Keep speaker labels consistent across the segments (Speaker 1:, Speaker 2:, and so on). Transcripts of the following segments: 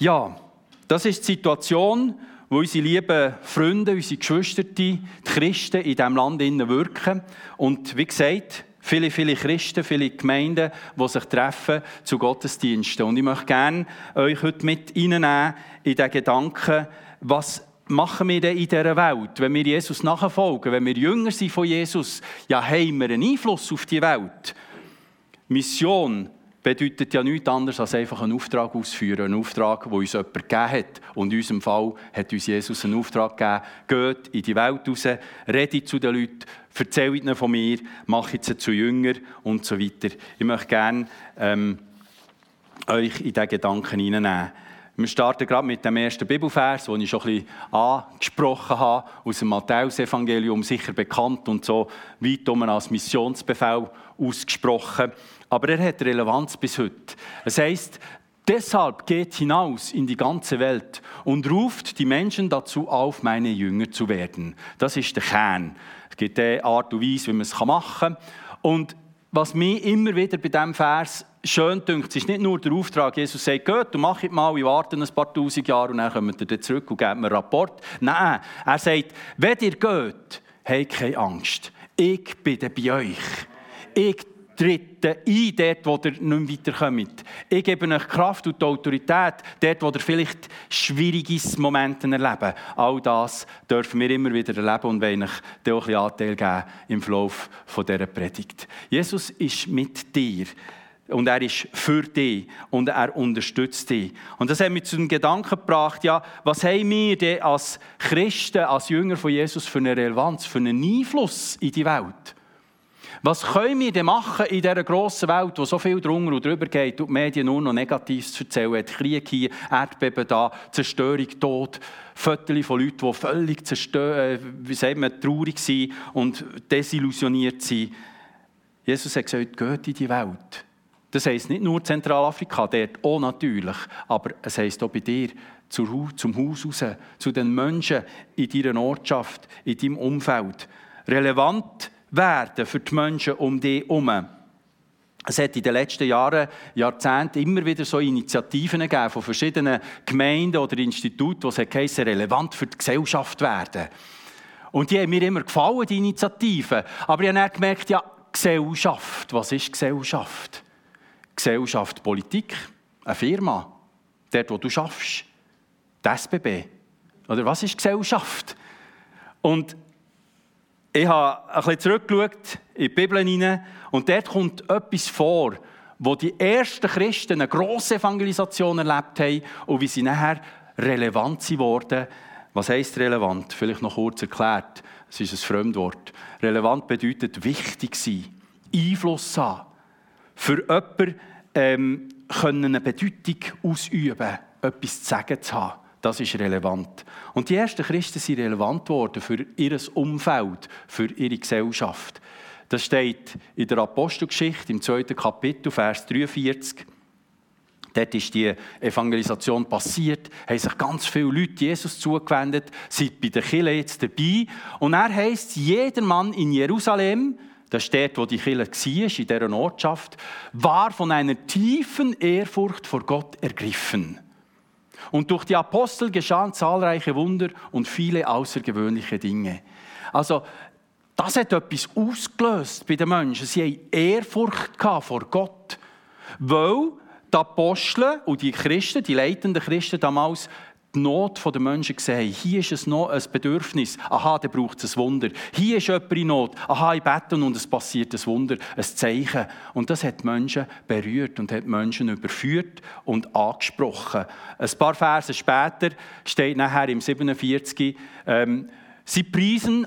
Speaker 1: Ja, das ist die Situation, wo unsere lieben Freunde, unsere Geschwister, die Christen in diesem Land wirken. Und wie gesagt, viele Christen, viele Gemeinden, die sich treffen zu Gottesdiensten. Und ich möchte gerne euch heute mit reinnehmen in den Gedanken, was machen wir denn in dieser Welt, wenn wir Jesus nachfolgen, wenn wir Jünger sind von Jesus, ja, haben wir einen Einfluss auf die Welt. Mission bedeutet ja nichts anderes als einfach einen Auftrag ausführen. Einen Auftrag, den uns jemand gegeben hat. Und in unserem Fall hat uns Jesus einen Auftrag gegeben. Geht in die Welt raus, redet zu den Leuten, erzählt ihnen von mir, macht sie zu Jünger und so weiter. Ich möchte gerne euch in diesen Gedanken hineinnehmen. Wir starten gerade mit dem ersten Bibelvers, den ich schon ein bisschen angesprochen habe, aus dem Matthäus-Evangelium, sicher bekannt und so weit als Missionsbefehl ausgesprochen. Aber er hat Relevanz bis heute. Es heisst, deshalb geht hinaus in die ganze Welt und ruft die Menschen dazu auf, meine Jünger zu werden. Das ist der Kern. Es gibt eine Art und Weise, wie man es machen kann. Und was mich immer wieder bei diesem Vers schön dünkt, ist nicht nur der Auftrag, Jesus sagt, geht und macht mal, ich warte ein paar tausend Jahre und dann kommt ihr zurück und gebt mir einen Rapport. Nein, er sagt, wenn ihr geht, habt keine Angst. Ich bin bei euch. Ich trete ein, dort, wo ihr nicht weiterkommt. Ich gebe euch Kraft und Autorität, dort, wo ihr vielleicht schwierige Momente erleben. All das dürfen wir immer wieder erleben und wollen euch auch ein bisschen Anteil geben im Verlauf dieser Predigt. Jesus ist mit dir. Und er ist für dich und er unterstützt dich. Und das hat mich zu dem Gedanken gebracht, ja, was haben wir denn als Christen, als Jünger von Jesus für eine Relevanz, für einen Einfluss in die Welt? Was können wir denn machen in dieser grossen Welt, wo so viel drunter und drüber geht und die Medien nur noch Negatives zu erzählen hat? Krieg hier, Erdbeben da, Zerstörung, Tod, Fotos von Leuten, die völlig traurig sind und desillusioniert sind. Jesus hat gesagt, geht in die Welt. Das heisst nicht nur Zentralafrika, dort auch natürlich, aber es heisst auch bei dir zum Haus raus, zu den Menschen in deiner Ortschaft, in deinem Umfeld. Relevant werden für die Menschen um dich herum. Es hat in den letzten Jahrzehnten immer wieder so Initiativen gegeben von verschiedenen Gemeinden oder Instituten, die es relevant für die Gesellschaft werden. Und die haben mir immer gefallen, die Initiativen. Aber ich habe dann gemerkt, ja, Gesellschaft, was ist Gesellschaft? Gesellschaft, Politik, eine Firma, dort, wo du arbeitest, die SBB. Oder was ist Gesellschaft? Und ich habe ein bisschen zurückgeschaut in die Bibel hinein und dort kommt etwas vor, wo die ersten Christen eine grosse Evangelisation erlebt haben und wie sie nachher relevant wurden. Was heisst relevant? Vielleicht noch kurz erklärt. Es ist ein Fremdwort. Relevant bedeutet wichtig sein, Einfluss haben. Für jemanden eine Bedeutung ausüben, etwas zu sagen zu haben. Das ist relevant. Und die ersten Christen sind relevant geworden für ihr Umfeld, für ihre Gesellschaft. Das steht in der Apostelgeschichte, im 2. Kapitel, Vers 43. Dort ist die Evangelisation passiert, haben sich ganz viele Leute Jesus zugewendet, sind bei der Kirche jetzt dabei. Und er heisst, jeder Mann in Jerusalem, das steht, wo die Kirche war, in dieser Ortschaft, war von einer tiefen Ehrfurcht vor Gott ergriffen. Und durch die Apostel geschahen zahlreiche Wunder und viele außergewöhnliche Dinge. Also, das hat etwas ausgelöst bei den Menschen. Sie hatten Ehrfurcht vor Gott, weil die Apostel und die Christen, die leitenden Christen damals, die Not der Menschen gesehen. Hier ist es noch ein Bedürfnis. Aha, da braucht es ein Wunder. Hier ist jemand in Not. Aha, ich bete und es passiert ein Wunder, ein Zeichen. Und das hat die Menschen berührt und hat die Menschen überführt und angesprochen. Ein paar Verse später steht nachher im 47, sie priesen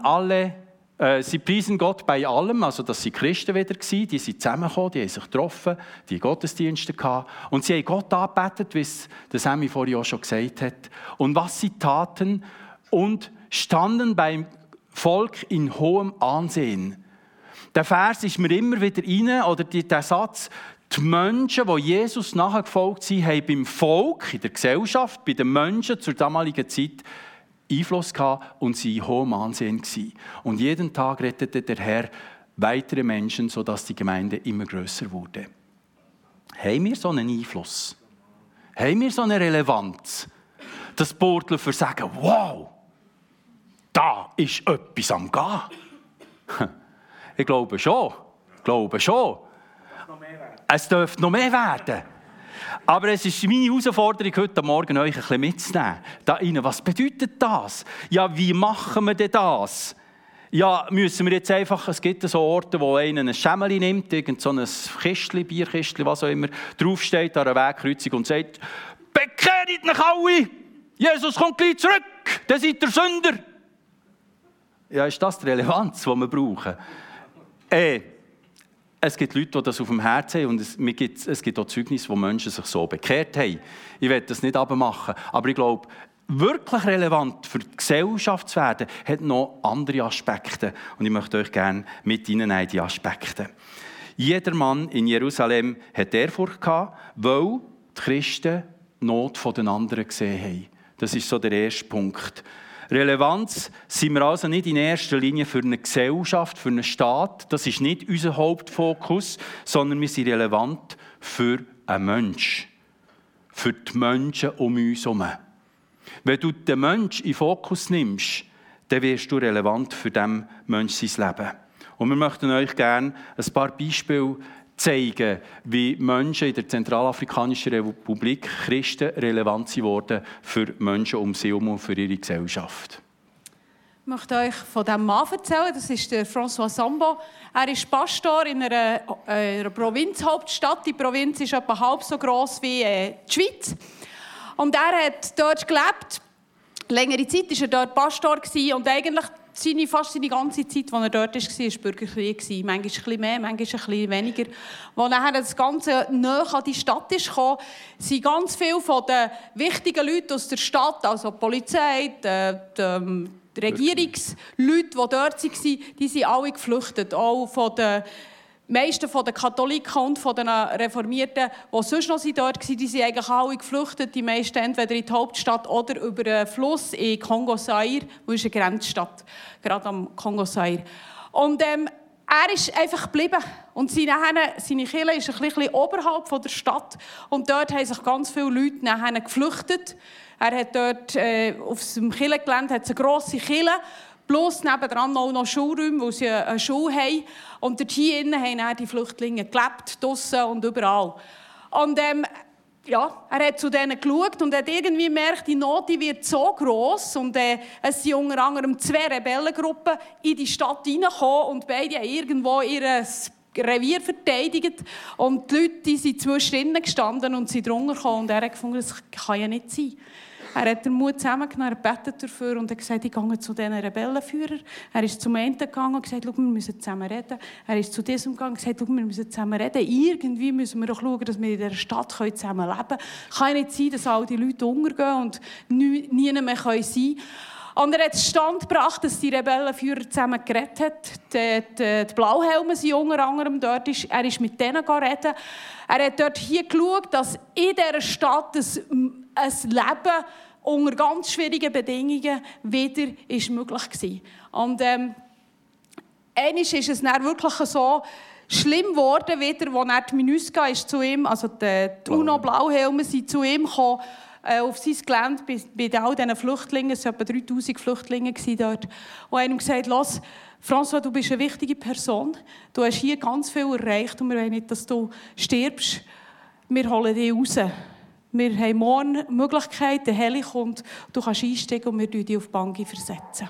Speaker 1: Gott bei allem, also das sind Christen wieder gewesen, die sind zusammengekommen, die haben sich getroffen, die Gottesdienste gehabt und sie haben Gott angebetet, wie es der Sammy vorhin auch schon gesagt hat. Und was sie taten und standen beim Volk in hohem Ansehen. Der Vers ist mir immer wieder rein, oder der Satz, die Menschen, die Jesus nachgefolgt sind, haben beim Volk, in der Gesellschaft, bei den Menschen zur damaligen Zeit Einfluss gehabt und sie in hohem Ansehen gewesen. Und jeden Tag rettete der Herr weitere Menschen, sodass die Gemeinde immer grösser wurde. Haben wir so einen Einfluss? Haben wir so eine Relevanz? Das Burgdorfer sagen, wow, da ist etwas am Gehen. Ich glaube schon. Es dürfte noch mehr werden. Aber es ist meine Herausforderung, heute Morgen euch ein bisschen mitzunehmen. Da rein, was bedeutet das? Ja, wie machen wir denn das? Ja, müssen wir jetzt einfach, es gibt so Orte, wo einer ein Schemmeli nimmt, irgend so ein Kistchen, Bierkistchen, was auch immer, draufsteht an einer Wegkreuzung und sagt, bekehrt euch alle, Jesus kommt gleich zurück, dann seid ihr Sünder. Ja, ist das die Relevanz, die wir brauchen? Es gibt Leute, die das auf dem Herzen haben und es gibt auch Zeugnisse, wo Menschen sich so bekehrt haben. Ich will das nicht abmachen, aber ich glaube, wirklich relevant für die Gesellschaft zu werden, hat noch andere Aspekte. Und ich möchte euch gerne mit hineinnehmen in diese Aspekte. Jeder Mann in Jerusalem hat Ehrfurcht gehabt, weil die Christen die Not der anderen gesehen haben. Das ist so der erste Punkt. Relevanz sind wir also nicht in erster Linie für eine Gesellschaft, für einen Staat. Das ist nicht unser Hauptfokus, sondern wir sind relevant für einen Menschen. Für die Menschen um uns herum. Wenn du den Menschen in den Fokus nimmst, dann wirst du relevant für diesen Menschen sein Leben. Und wir möchten euch gerne ein paar Beispiele zeigen, wie Menschen in der Zentralafrikanischen Republik, Christen, relevant wurden für Menschen um sie herum und für ihre Gesellschaft.
Speaker 2: Ich möchte euch von diesem Mann erzählen. Das ist der François Sambo. Er ist Pastor in einer Provinzhauptstadt. Die Provinz ist etwa halb so gross wie die Schweiz. Und er hat dort gelebt. Längere Zeit war er dort Pastor und eigentlich fast seine ganze Zeit, als er dort war, war Bürgerkrieg. Manchmal ein bisschen mehr, manchmal ein bisschen weniger. Als nachher das Ganze näher an die Stadt kam, sind ganz viele von den wichtigen Leuten aus der Stadt, also die Polizei, die Regierungsleute, die dort waren, die sind alle geflüchtet. Auch von den meisten von den Katholiken und von den Reformierten, die sonst noch dort waren, die sind eigentlich alle geflüchtet. Die meisten entweder in die Hauptstadt oder über den Fluss in Kongo-Zaire, wo ist eine Grenzstadt, gerade am Kongo-Zaire. Und er ist einfach geblieben. Und seine Kirche ist ein bisschen oberhalb von der Stadt. Und dort haben sich ganz viele Leute nachher geflüchtet. Er hat dort auf dem Kirchengelände eine grosse Kirche. Plus nebendran auch noch Schulräume, wo sie eine Schule haben. Und dort hier innen haben dann die Flüchtlinge gelebt, draussen und überall. Und er hat zu denen geschaut und hat irgendwie gemerkt, die Not wird so gross. Und es sind unter anderem 2 Rebellengruppen in die Stadt hineingekommen und beide haben irgendwo ihr Revier verteidigt. Und die Leute die sind zwischendrin gestanden und sind drunter gekommen. Und er hat gefunden, das kann ja nicht sein. Er hat den Mut zusammengenommen, er betet dafür und hat gesagt, ich gehe zu diesen Rebellenführern. Er ist zum einen gegangen und gesagt, wir müssen zusammen reden. Er ist zu diesem gegangen und gesagt, wir müssen zusammen reden. Irgendwie müssen wir doch schauen, dass wir in dieser Stadt zusammen leben können. Es kann nicht sein, dass all die Leute untergehen und nie mehr sein können. Und er hat Stand gebracht, dass die Rebellenführer zusammen geredet haben. Die Blauhelme sind unter anderem dort. Er ist mit denen reden. Er hat dort hier geschaut, dass in dieser Stadt ein Leben unter ganz schwierigen Bedingungen wieder möglich war. Und einmal ist es dann wirklich so schlimm geworden, wieder, als die MINUSCA ist zu ihm, also die UNO-Blauhelme sind zu ihm gekommen, auf sein Gelände bei all diesen Flüchtlingen. Es waren etwa 3000 Flüchtlinge dort. Und haben ihm gesagt, «Los, François, du bist eine wichtige Person. Du hast hier ganz viel erreicht und wir wollen nicht, dass du stirbst. Wir holen dich raus. Wir haben morgen die Möglichkeit, der Heli kommt, du kannst einsteigen und wir versetzen dich auf die Bangi versetzen.»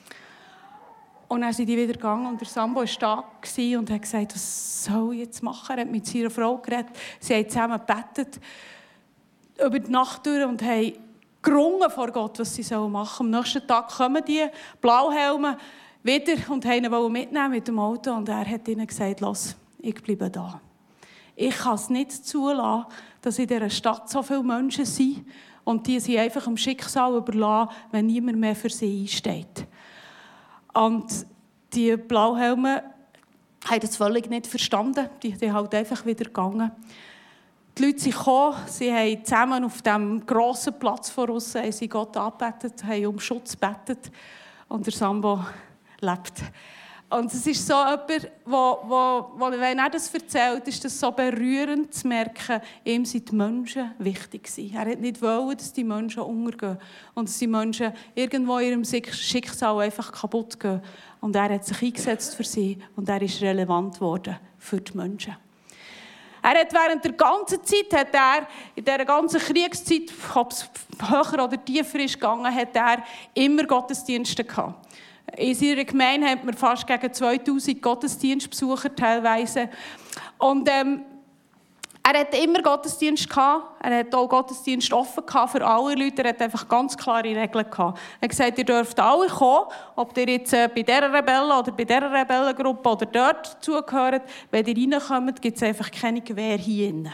Speaker 2: Und dann sind die wieder gegangen und der Sambo war da und hat gesagt, was soll ich jetzt machen? Er hat mit seiner Frau geredet. Sie haben zusammen gebetet über die Nacht durch und haben gerungen vor Gott, was sie machen sollen. Am nächsten Tag kommen die Blauhelme wieder und wollten ihn mitnehmen mit dem Auto. Und er hat ihnen gesagt, «Los, ich bleibe da. Ich kann es nicht zulassen, dass in dieser Stadt so viele Menschen sind und die sind einfach dem Schicksal überlassen, wenn niemand mehr für sie einsteht.» Und die Blauhelme haben das völlig nicht verstanden. Die sind halt einfach wieder gegangen. Die Leute sind gekommen, sie haben zusammen auf diesem grossen Platz vor uns haben Gott angebetet, haben um Schutz gebetet und der Sambo lebt. Und es ist so jemand, wo, wenn er das erzählt, ist das so berührend zu merken, ihm sind die Menschen wichtig gewesen. Er wollte nicht wollen, dass die Menschen untergehen und dass die Menschen irgendwo in ihrem Schicksal einfach kaputt gehen. Und er hat sich eingesetzt für sie und er ist relevant geworden für die Menschen. Er hat während der ganzen Zeit, in dieser ganzen Kriegszeit, ob es höher oder tiefer ist gegangen, hat er immer Gottesdienste gehabt. In seiner Gemeinde hat man fast gegen 2000 Gottesdienstbesucher teilweise. Und er hat immer Gottesdienst gehabt. Er hat auch Gottesdienst offen gehabt für alle Leute. Er hat einfach ganz klare Regeln gehabt. Er hat gesagt, ihr dürft alle kommen, ob ihr jetzt bei dieser Rebellen oder bei dieser Rebellengruppe oder dort zugehört. Wenn ihr reinkommt, gibt es einfach keine Gewehr hier drin.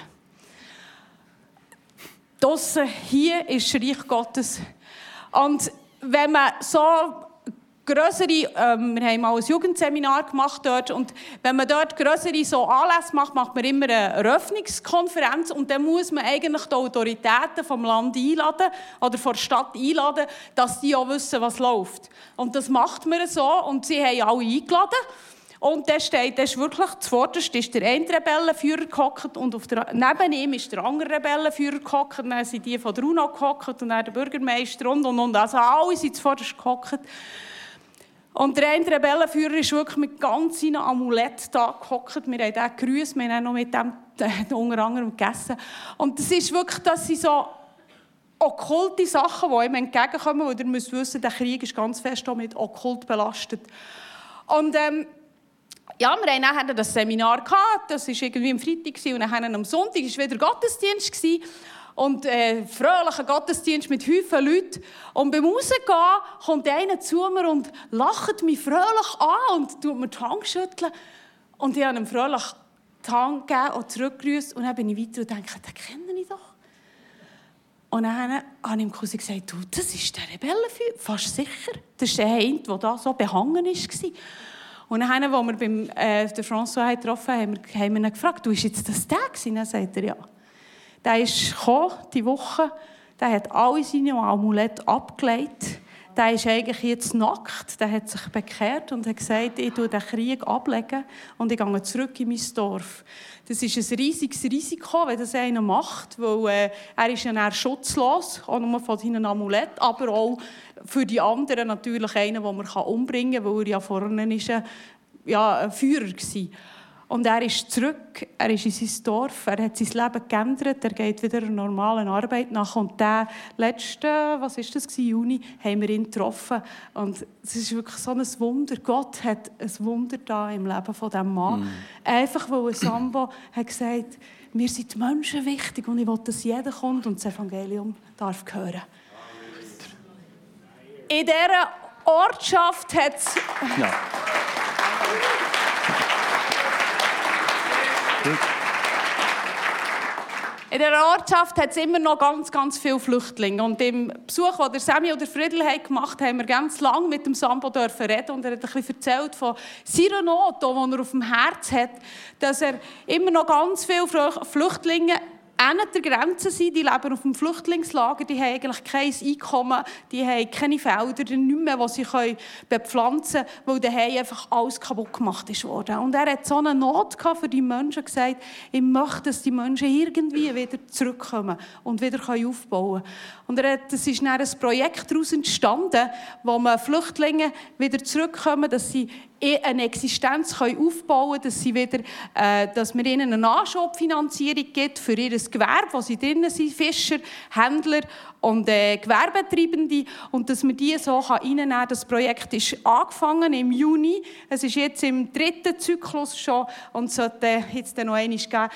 Speaker 2: Draussen, hier ist das Reich Gottes. Und wenn man so grössere, wir haben mal ein Jugendseminar gemacht dort, und wenn man dort grössere so Anlässe macht, macht man immer eine Eröffnungskonferenz und dann muss man eigentlich die Autoritäten vom Land einladen oder von der Stadt einladen, dass die auch wissen, was läuft. Und das macht man so und sie haben alle eingeladen. Und da ist wirklich zuvorderst ist der eine Rebellenführer gehockt und neben ihm ist der andere Rebellenführer gehockt. Dann sind die von der UNO gehockt und dann der Bürgermeister und. Also alle sind zuvorderst gehockt. Und der eine Rebellenführer ist wirklich mit ganz seinem Amulett da gehockt. Wir haben den gegrüßt, wir haben noch mit dem unter anderem gegessen. Und das ist wirklich, das sind so okkulte Sachen, die ihm entgegenkommen, weil ihr müsst wissen, der Krieg ist ganz fest auch mit Okkult belastet. Und ja, wir hatten nachher das Seminar gehabt, das war irgendwie am Freitag und dann am Sonntag war wieder Gottesdienst gewesen. Und fröhlicher Gottesdienst mit Häufen Leuten. Und beim Rausgehen kommt einer zu mir und lacht mich fröhlich an und tut mir die Hand schütteln. Und ich habe ihm fröhlich die Hand gegeben und zurückgerüßt. Und dann bin ich weiter und denke, den kenne ich doch. Und dann habe ich ihm gesagt, du, das ist der Rebellenführer, fast sicher. Das ist der eine, der da so behangen war. Und dann, als wir beim François getroffen haben wir ihn gefragt, du, ist jetzt das der gewesen? Dann sagt er, ja. Der ist gekommen, diese Woche, der hat alle seine Amulette abgelegt. Der ist eigentlich jetzt nackt, der hat sich bekehrt und hat gesagt, ich lege den Krieg ablegen und ich gehe zurück in mein Dorf. Das ist ein riesiges Risiko, wenn das einer macht, weil er ist ja dann schutzlos, auch nur von seinen Amulett, aber auch für die anderen natürlich einer, den man umbringen kann, weil er ja vorne ist, ein Führer war. Und er ist zurück, er ist in sein Dorf, er hat sein Leben geändert, er geht wieder einer normalen Arbeit nach. Und den letzten, Juni, haben wir ihn getroffen. Und es ist wirklich so ein Wunder. Gott hat ein Wunder da im Leben von diesem Mann. Einfach, weil Sambo hat gesagt, mir sind die Menschen wichtig und ich will, dass jeder kommt und das Evangelium darf hören. In dieser Ortschaft hat es... Ja. In dieser Ortschaft hat es immer noch ganz, ganz viele Flüchtlinge. Und im Besuch, den Sammy oder Friedel gemacht haben, haben wir ganz lange mit dem Sambo reden. Und er hat ein bisschen erzählt von seiner Not, die er auf dem Herz hat, dass er immer noch ganz viele Flüchtlinge an der Grenze sind, die leben auf dem Flüchtlingslager, die haben eigentlich kein Einkommen, die haben keine Felder, nicht mehr, die sie bepflanzen können, weil daheim einfach alles kaputt gemacht wurde. Und er hat so eine Not für die Menschen gesagt, ich möchte, dass die Menschen irgendwie wieder zurückkommen und wieder aufbauen können. Und es ist dann ein Projekt daraus entstanden, wo man Flüchtlinge wieder zurückkommen, dass sie eine Existenz aufbauen können, dass man ihnen eine Anschubfinanzierung gibt für ihr Gewerbe, wo sie drin sind, Fischer, Händler und Gewerbetreibende, und dass man die so reinnehmen kann. Das Projekt ist angefangen im Juni, es ist jetzt im 3. Zyklus schon und sollte jetzt noch einmal geben.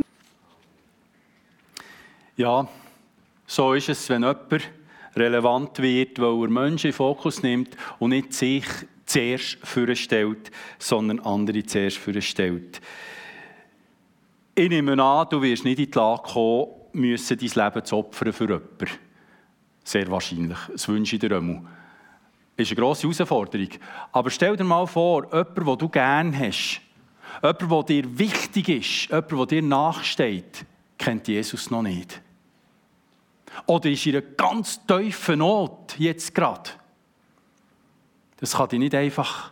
Speaker 1: Ja, so ist es, wenn jemand relevant wird, weil er Menschen in den Fokus nimmt und nicht sich zuerst vorstellt, sondern andere zuerst vorstellt. Ich nehme an, du wirst nicht in die Lage kommen, müssen dein Leben zu opfern für jemanden. Sehr wahrscheinlich. Das wünsche ich dir einmal. Das ist eine grosse Herausforderung. Aber stell dir mal vor, jemand, den du gerne hast, jemand, der dir wichtig ist, jemand, der dir nachsteht, kennt Jesus noch nicht. Oder ist in einer ganz tiefen Not jetzt gerade. Das kann dich nicht einfach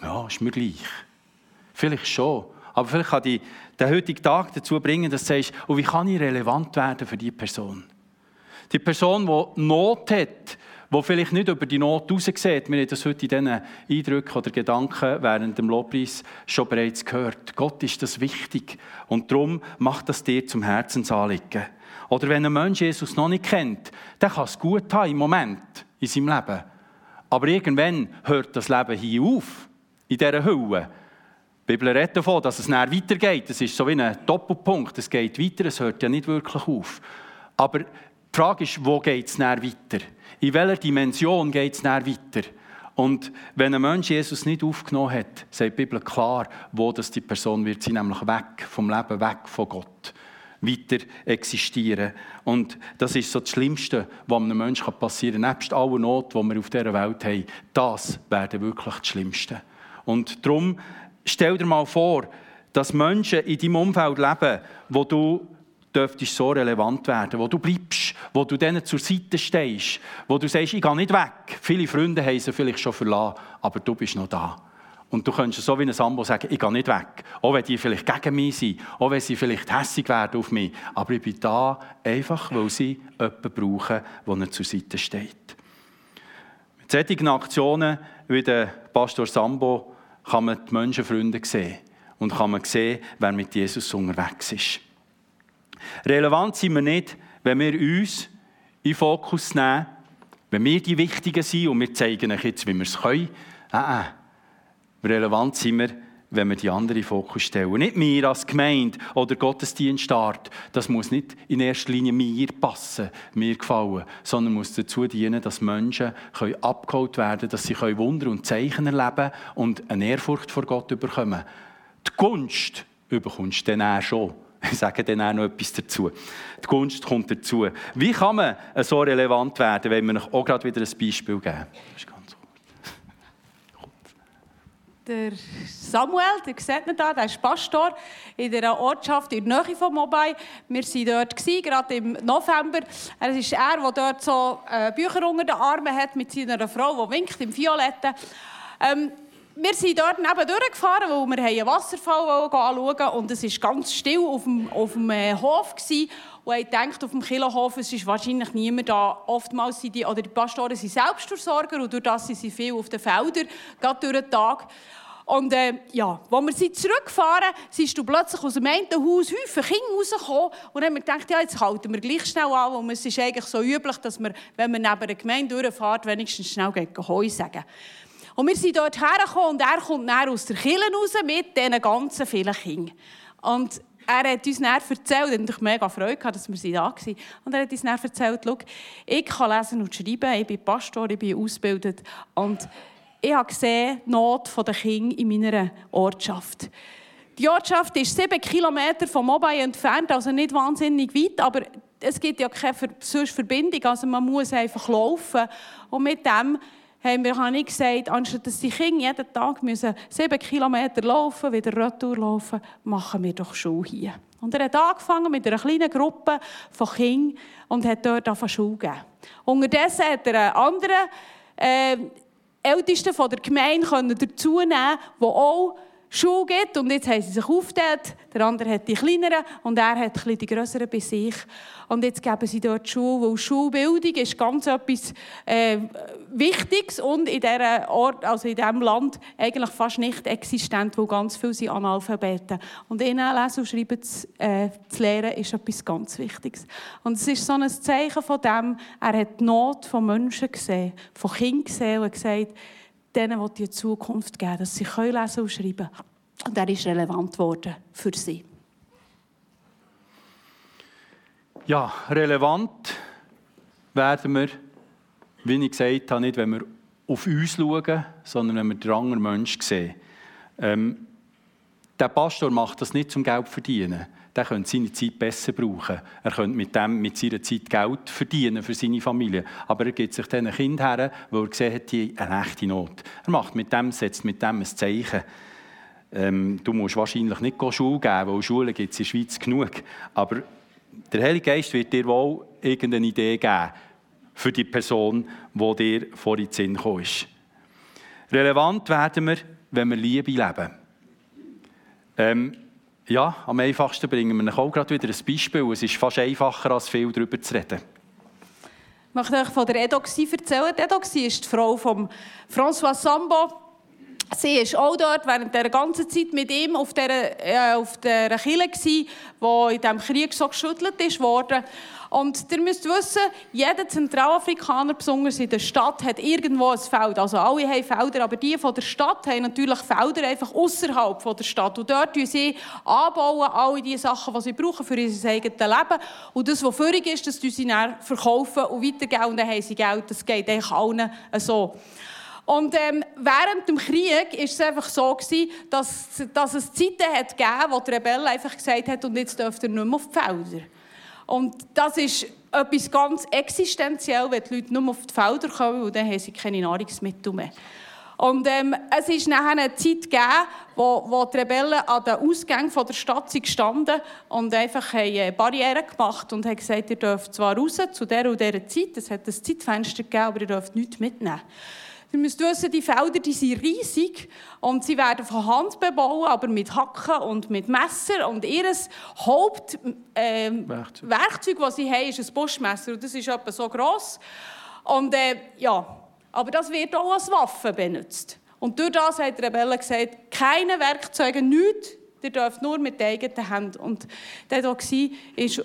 Speaker 1: Ja, ist mir gleich. Vielleicht schon. Aber vielleicht kann dich der heutige Tag dazu bringen, dass du sagst, wie kann ich relevant werden für diese Person? Die Person, die Not hat, die vielleicht nicht über die Not raussieht. Wir haben das heute in diesen Eindrücken oder Gedanken während dem Lobpreis schon bereits gehört. Gott ist das wichtig und darum macht das dir zum Herzensanliegen. Oder wenn ein Mensch Jesus noch nicht kennt, dann kann es gut haben im Moment in seinem Leben. Aber irgendwann hört das Leben hier auf, in dieser Hülle. Die Bibel redet davon, dass es nachher weitergeht. Das ist so wie ein Doppelpunkt. Es geht weiter, es hört ja nicht wirklich auf. Aber die Frage ist, wo geht es nachher weiter? In welcher Dimension geht es nachher weiter? Und wenn ein Mensch Jesus nicht aufgenommen hat, sagt die Bibel klar, wo das die Person wird sein, nämlich weg vom Leben, weg von Gott. Weiter existieren. Und das ist so das Schlimmste, was einem Menschen passieren kann. Nebst aller Not, die wir auf dieser Welt haben, das wäre wirklich das Schlimmste. Und darum stell dir mal vor, dass Menschen in deinem Umfeld leben, wo du dürftest so relevant werden, wo du bleibst, wo du denen zur Seite stehst, wo du sagst, ich gehe nicht weg. Viele Freunde haben sie vielleicht schon verlassen, aber du bist noch da. Und du könntest so wie ein Sambo sagen, ich gehe nicht weg. Auch wenn die vielleicht gegen mich sind, auch wenn sie vielleicht hässig werden auf mich. Aber ich bin da einfach, weil sie jemanden brauchen, der ihnen zur Seite steht. Mit solchen Aktionen wie der Pastor Sambo kann man die Menschenfreunde sehen. Und kann man sehen, wer mit Jesus unterwegs ist. Relevant sind wir nicht, wenn wir uns in den Fokus nehmen, wenn wir die Wichtigen sind und wir zeigen euch jetzt, wie wir es können. Relevant sind wir, wenn wir die anderen in den Fokus stellen. Nicht wir als Gemeinde oder Gottesdienstart. Das muss nicht in erster Linie mir passen, mir gefallen, sondern muss dazu dienen, dass Menschen abgeholt werden können, dass sie Wunder und Zeichen erleben und eine Ehrfurcht vor Gott bekommen. Die Gunst bekommst du dann auch schon. Ich sage dann auch noch etwas dazu. Die Gunst kommt dazu. Wie kann man so relevant werden, wenn wir euch auch gerade wieder ein Beispiel geben? Das ist ganz gut.
Speaker 2: Der Samuel, der sieht ihn da, der ist Pastor in der Ortschaft in der Nähe von Mobay. Wir waren dort, gerade im November. Es ist er, der dort so Bücher unter den Armen hat mit seiner Frau, die winkt im Violetten. Wir sind dort neben durchgefahren, weil wir einen Wasserfall anschauen und es war ganz still auf dem Hof. Und ich dachte, auf dem Kirchenhof ist wahrscheinlich niemand da. Oftmals sind die Pastoren sind Selbstversorger und durch das sind sie viel auf den Feldern, gerade durch den Tag. Und als wir zurückgefahren sind du plötzlich aus dem einen Haus Häufen Kinder rausgekommen. Und dann haben wir gedacht, ja, jetzt halten wir gleich schnell an, weil es ist eigentlich so üblich, dass wir, wenn man neben einer Gemeinde durchfährt, wenigstens schnell Hoi sagen. Und wir sind dort hergekommen und er kommt dann aus der Kirche raus mit diesen ganzen vielen Kindern. Und er hat uns dann erzählt, er hat natürlich mega Freude gehabt, dass wir da waren. Und er hat uns dann erzählt, schau, ich kann lesen und schreiben, ich bin Pastor, ich bin ausgebildet. Und ich habe gesehen, die Not der Kinder in meiner Ortschaft. Die Ortschaft ist 7 Kilometer von Mobay entfernt, also nicht wahnsinnig weit, aber es gibt ja keine Verbindung, also man muss einfach laufen. Und mit dem habe ich gesagt, anstatt dass die Kinder jeden Tag 7 Kilometer laufen, wieder retour laufen, machen wir doch Schule hier. Und er hat angefangen mit einer kleinen Gruppe von Kindern und hat dort Schule gegeben. Unterdessen hat er einen anderen Ältesten von der Gemeinde dazu nehmen, der auch Schule gibt. Und jetzt haben sie sich aufgeteilt. Der andere hat die kleineren und er hat die grösseren bei sich. Und jetzt geben sie dort Schule, weil Schulbildung ist ganz etwas Wichtiges und in diesem Land eigentlich fast nicht existent, weil ganz viele sind Analphabeten. Und ihnen lesen und schreiben zu lernen, ist etwas ganz Wichtiges. Und es ist so ein Zeichen von dem, er hat die Not von Menschen gesehen, von Kindern gesehen und gesagt, denen will die Zukunft geben, dass sie lesen und schreiben können. Und er ist relevant geworden für sie.
Speaker 1: Ja, relevant werden wir, wie ich gesagt habe, nicht, wenn wir auf uns schauen, sondern wenn wir den anderen Menschen sehen. Der Pastor macht das nicht zum Geld verdienen. Der könnte seine Zeit besser brauchen. Er könnte mit seiner Zeit Geld verdienen für seine Familie. Aber er gibt sich diesen Kindern her, weil er gesehen hat, die eine echte Not. Er setzt mit dem ein Zeichen. Du musst wahrscheinlich nicht Schule geben, weil Schulen gibt es in der Schweiz genug. Aber der Heilige Geist wird dir wohl irgendeine Idee geben für die Person, die dir vor in den Sinn gekommen ist. Relevant werden wir, wenn wir Liebe leben? Ja, am einfachsten bringen wir auch gerade wieder ein Beispiel. Es ist fast einfacher, als viel darüber zu reden.
Speaker 2: Ich möchte euch von der Edoxie erzählen. Die Edoxie ist die Frau von François Sambo. Sie war auch dort während der ganzen Zeit mit ihm auf der Kille, die in diesem Krieg so geschüttelt wurde. Und ihr müsst wissen, jeder Zentralafrikaner, besonders in der Stadt, hat irgendwo ein Feld. Also alle haben Felder, aber die von der Stadt haben natürlich Felder einfach außerhalb der Stadt. Und dort bauen sie anbauen, alle die Sachen, die sie brauchen für ihr eigenes Leben. Und das, was übrig ist, das sie dann verkaufen und weitergeben. Und dann haben sie Geld. Das geht eigentlich allen so. Und während dem Krieg war es einfach so, dass es Zeiten hat gegeben, wo die Rebellen einfach gesagt haben, und jetzt dürft ihr nicht mehr auf die Felder. Und das ist etwas ganz existenziell, wenn die Leute nur auf die Felder kommen, und dann haben sie keine Nahrungsmittel mehr. Und es ist nachher eine Zeit gegeben, wo die Rebellen an den Ausgängen der Stadt standen und einfach Barrieren gemacht und haben gesagt, ihr dürft zwar raus zu dieser und dieser Zeit, es hat ein Zeitfenster gegeben, aber ihr dürft nichts mitnehmen. Ihr müsst wissen, die Felder die sind riesig und sie werden von Hand bebaut, aber mit Hacken und mit Messer. Und ihr Hauptwerkzeug, das sie haben, ist ein Buschmesser. Und das ist etwa so gross. Und aber das wird auch als Waffe benutzt. Und durch das hat die Rebellen gesagt, keine Werkzeuge, nichts. Ihr dürft nur mit den eigenen Händen. Und der war in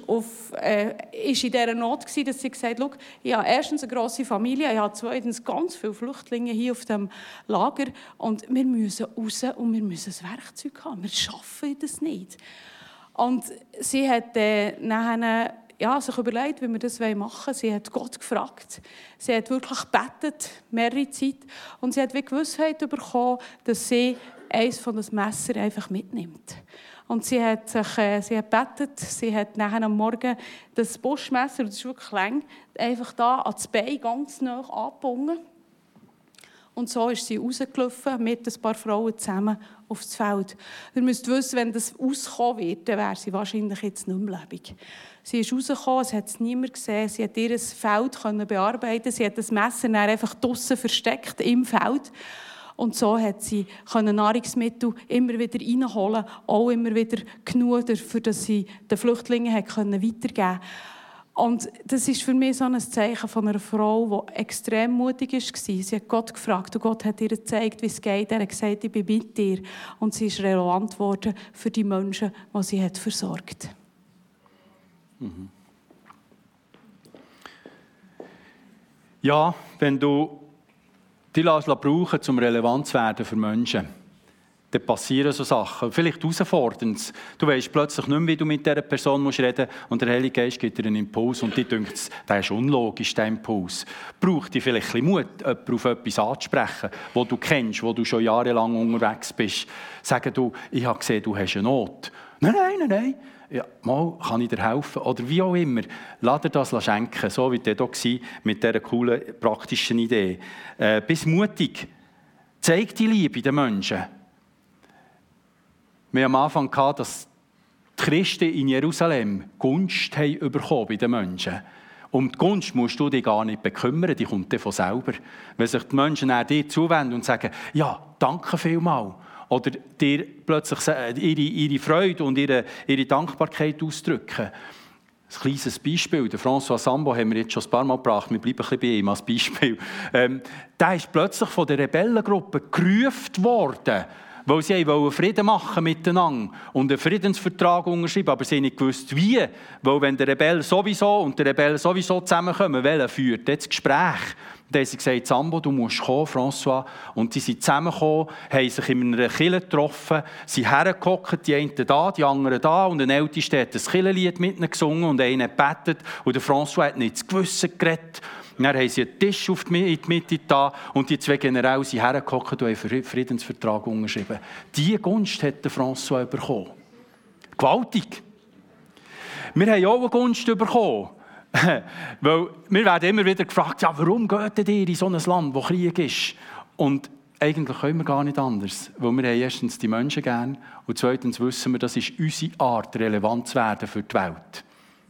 Speaker 2: dieser Not, dass sie gesagt hat, ich habe erstens eine grosse Familie, ich habe zweitens ganz viele Flüchtlinge hier auf dem Lager und wir müssen raus und wir müssen ein Werkzeug haben. Wir schaffen das nicht. Und sie hat nachher sich überlegt, wie wir das machen wollen. Sie hat Gott gefragt. Sie hat wirklich gebetet, mehrere Zeit. Und sie hat wie Gewissheit bekommen, dass sie eines von das Messer einfach mitnimmt. Und sie hat gebetet, sie hat nachher am Morgen das Buschmesser, das ist wirklich lang, einfach da an das Bein ganz nah angebunden. Und so ist sie rausgelaufen mit ein paar Frauen zusammen aufs Feld. Ihr müsst wissen, wenn das auskommen wird, dann wäre sie wahrscheinlich jetzt nicht mehr lebendig. Sie ist rausgekommen, es hat es niemand gesehen, sie hat ihr Feld bearbeiten, sie hat das Messer dann einfach draussen versteckt im Feld. Und so hat sie Nahrungsmittel immer wieder reinholen, auch immer wieder genug, für dass sie den Flüchtlingen weitergeben konnte. Und das ist für mich so ein Zeichen von einer Frau, die extrem mutig war. Sie hat Gott gefragt und Gott hat ihr gezeigt, wie es geht. Er hat gesagt, ich bin mit dir. Und sie ist relevant geworden für die Menschen, die sie hat versorgt.
Speaker 1: Mhm. Ja, wenn du die brauchen, um relevant zu werden für Menschen, dann passieren so Sachen. Vielleicht herausfordernd. Du weißt plötzlich nicht mehr, wie du mit dieser Person reden musst und der Heilige Geist gibt dir einen Impuls und dir denkt, der ist unlogisch, der Impuls. Braucht dir vielleicht ein bisschen Mut, jemanden auf etwas anzusprechen, wo du kennst, wo du schon jahrelang unterwegs bist. Sagen du, ich habe gesehen, du hast eine Not. Nein. Ja, mal, kann ich dir helfen? Oder wie auch immer. Lass dir das schenken, so wie der hier mit dieser coolen, praktischen Idee. Bist mutig. Zeig die Liebe den Menschen. Wir haben am Anfang gehabt, dass die Christen in Jerusalem Gunst haben bekommen bei den Menschen. Um die Gunst musst du dich gar nicht bekümmern, die kommt dann von selber. Wenn sich die Menschen dir zuwenden und sagen, ja, danke vielmals, oder dir plötzlich ihre Freude und ihre Dankbarkeit ausdrücken. Ein kleines Beispiel, der François Sambo haben wir jetzt schon ein paar Mal gebracht, wir bleiben ein bisschen bei ihm als Beispiel. Der ist plötzlich von der Rebellengruppe gerufen worden, weil sie Frieden machen miteinander und einen Friedensvertrag unterschreiben, aber sie haben nicht gewusst, wie. Weil wenn der Rebell sowieso und der Rebell sowieso zusammenkommen, welcher führt das Gespräch? Dann haben sie gesagt, Sambo, du musst kommen, François. Und sie sind zusammengekommen, haben sich in einer Kirche getroffen, sind hergehockt, die einen da, die anderen da. Und ein Ältester hat ein Kirchenlied mit ihnen gesungen und einer gebetet. Und der François hat nicht ins Gewissen geredet. Und dann haben sie einen Tisch in die Mitte da und die zwei Generäle sind hergehockt und haben einen Friedensvertrag unterschrieben. Diese Gunst hat der François bekommen. Gewaltig. Wir haben auch eine Gunst bekommen. Weil wir werden immer wieder gefragt, ja, warum geht ihr in so ein Land, wo Krieg ist? Und eigentlich können wir gar nicht anders. Weil wir haben erstens die Menschen gern und zweitens wissen wir, das ist unsere Art, relevant zu werden für die Welt.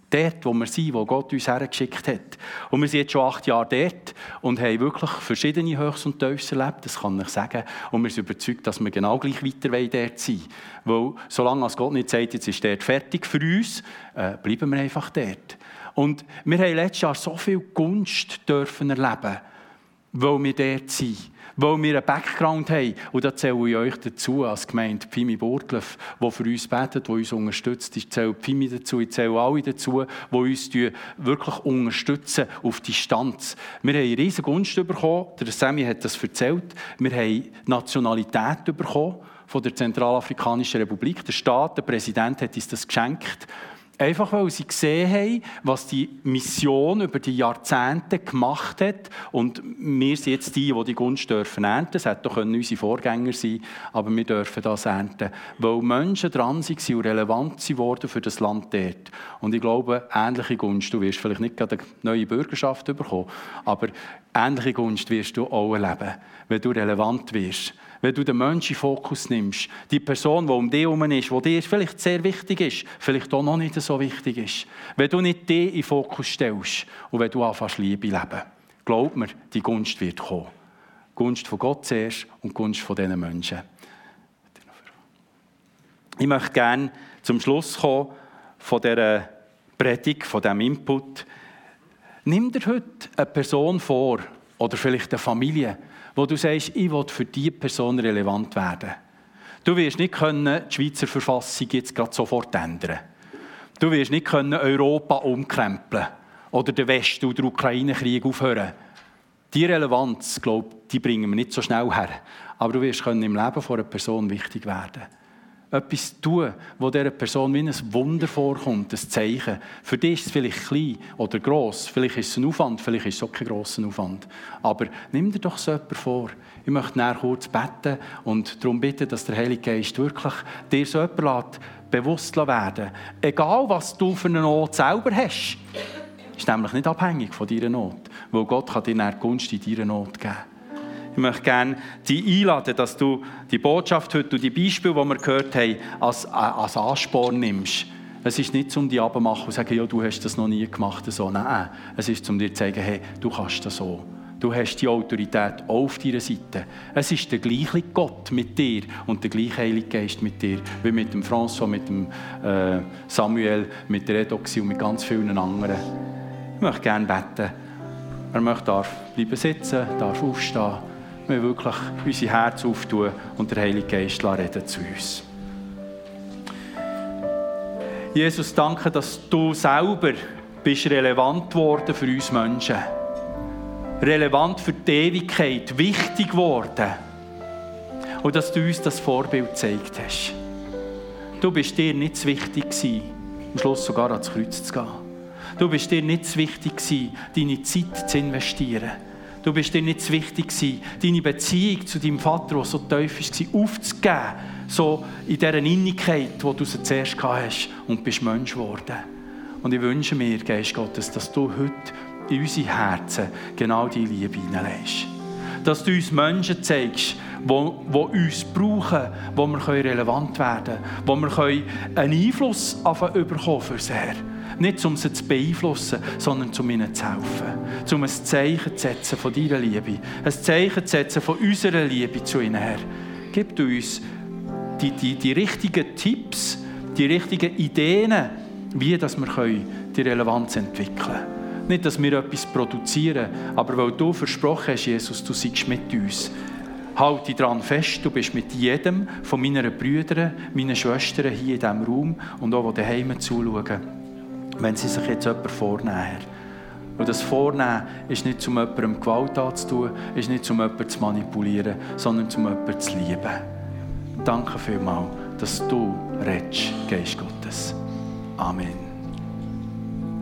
Speaker 1: Dort, wo wir sind, wo Gott uns hergeschickt hat. Und wir sind jetzt schon 8 Jahre dort und haben wirklich verschiedene Höchst und Tiefs erlebt, das kann ich sagen. Und wir sind überzeugt, dass wir genau gleich weiter dort sein wollen. Weil solange als Gott nicht sagt, jetzt ist dort fertig für uns, bleiben wir einfach dort. Und wir haben letztes Jahr so viel Gunst dürfen erleben, weil wir dort sind. Weil wir einen Background haben. Und da zähle ich euch dazu als Gemeinde Pfimi Burgdorf, die für uns betet, die uns unterstützt. Ich zähle Pfimi dazu, ich zähle alle dazu, die uns wirklich unterstützen auf Distanz. Wir haben eine riesige Gunst bekommen. Der Sammy hat das erzählt. Wir haben Nationalität bekommen von der Zentralafrikanischen Republik. Der Staat, der Präsident hat uns das geschenkt. Einfach weil sie gesehen haben, was die Mission über die Jahrzehnte gemacht hat. Und wir sind jetzt die Gunst dürfen ernten. Das hätten doch unsere Vorgänger sein, aber wir dürfen das ernten. Weil Menschen dran waren und relevant wurden für das Land dort. Und ich glaube, ähnliche Gunst, du wirst vielleicht nicht gerade eine neue Bürgerschaft bekommen, aber ähnliche Gunst wirst du auch erleben, wenn du relevant wirst. Wenn du den Menschen in Fokus nimmst, die Person, die um dich herum ist, die dir vielleicht sehr wichtig ist, vielleicht auch noch nicht so wichtig ist. Wenn du nicht dich in den Fokus stellst und wenn du anfängst, Liebe leben, glaub mir, die Gunst wird kommen. Die Gunst von Gott zuerst und die Gunst von diesen Menschen. Ich möchte gerne zum Schluss kommen von dieser Predigt, von diesem Input. Nimm dir heute eine Person vor, oder vielleicht eine Familie, wo du sagst, ich will für diese Person relevant werden. Du wirst nicht können die Schweizer Verfassung jetzt gerade sofort ändern. Du wirst nicht können Europa umkrempeln oder den Westen und den Ukraine-Krieg aufhören. Die Relevanz, glaube ich, die bringen wir nicht so schnell her. Aber du wirst können im Leben von einer Person wichtig werden. Etwas tun, wo dieser Person wie ein Wunder vorkommt, ein Zeichen. Für dich ist es vielleicht klein oder gross, vielleicht ist es ein Aufwand, vielleicht ist es auch kein grosser Aufwand. Aber nimm dir doch so jemanden vor. Ich möchte nachher kurz beten und darum bitten, dass der Heilige Geist wirklich dir so jemanden bewusst werden. Egal, was du für eine Not selber hast, ist nämlich nicht abhängig von deiner Not, weil Gott kann dir nachher Gunst in deiner Not geben. Ich möchte gerne dich einladen, dass du die Botschaft heute und die Beispiele, die wir gehört haben, als Ansporn nimmst. Es ist nicht, um dich abzumachen und zu sagen, ja, du hast das noch nie gemacht. So. Nein, es ist, um dir zu sagen, hey, du kannst das so. Du hast die Autorität auch auf deiner Seite. Es ist der gleiche Gott mit dir und der gleiche Heilige Geist mit dir, wie mit dem François, mit dem Samuel, mit der Edoxie und mit ganz vielen anderen. Ich möchte gerne beten. Er darf bleiben sitzen, darf aufstehen. Wir wirklich unser Herz auftun und der Heilige Geist reden zu uns. Jesus, danke, dass du selber bist relevant geworden für uns Menschen. Relevant für die Ewigkeit, wichtig geworden. Und dass du uns das Vorbild gezeigt hast. Du bist dir nicht zu wichtig gewesen, am Schluss sogar ans Kreuz zu gehen. Du bist dir nicht zu wichtig gewesen, deine Zeit zu investieren. Du bist dir nicht zu wichtig gewesen, deine Beziehung zu deinem Vater, die so tief war, aufzugeben. So in dieser Innigkeit, die du zuerst gehabt hast und bist Mensch geworden. Und ich wünsche mir, Geist Gottes, dass du heute in unsere Herzen genau diese Liebe hineinlegst. Dass du uns Menschen zeigst, die uns brauchen, wo wir relevant werden können, wo wir einen Einfluss bekommen für sie. Nicht, um sie zu beeinflussen, sondern um ihnen zu helfen. Um ein Zeichen zu setzen von deiner Liebe. Ein Zeichen zu setzen von unserer Liebe zu ihnen, Herr. Gib uns die richtigen Tipps, die richtigen Ideen, wie dass wir die Relevanz entwickeln können. Nicht, dass wir etwas produzieren, aber weil du versprochen hast, Jesus, du seist mit uns. Halte daran fest, du bist mit jedem von meinen Brüdern, meinen Schwestern hier in diesem Raum und auch, die daheim zuschauen. Wenn sie sich jetzt jemand vornehmen. Und das Vornehmen ist nicht, um jemandem Gewalt anzutun, ist nicht, um jemanden zu manipulieren, sondern um jemanden zu lieben. Danke vielmals, dass du redest, Geist Gottes. Amen.